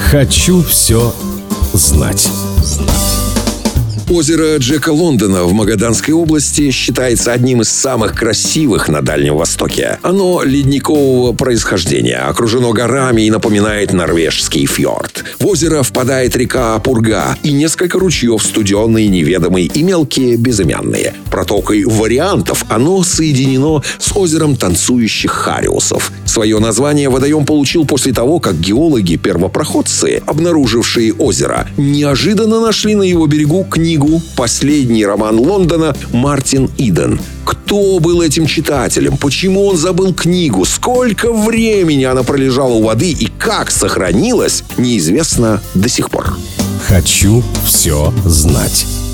Хочу все знать. Озеро Джека Лондона в Магаданской области считается одним из самых красивых на Дальнем Востоке. Оно ледникового происхождения, окружено горами и напоминает норвежский фьорд. В озеро впадает река Пурга и несколько ручьев студеные, неведомые и мелкие безымянные. Протокой вариантов оно соединено с озером танцующих хариусов. Свое название водоем получил после того, как геологи-первопроходцы, обнаружившие озеро, неожиданно нашли на его берегу книгу «Последний роман Лондона» Мартин Иден. Кто был этим читателем? Почему он забыл книгу? Сколько времени она пролежала у воды и как сохранилась, неизвестно до сих пор. Хочу все знать.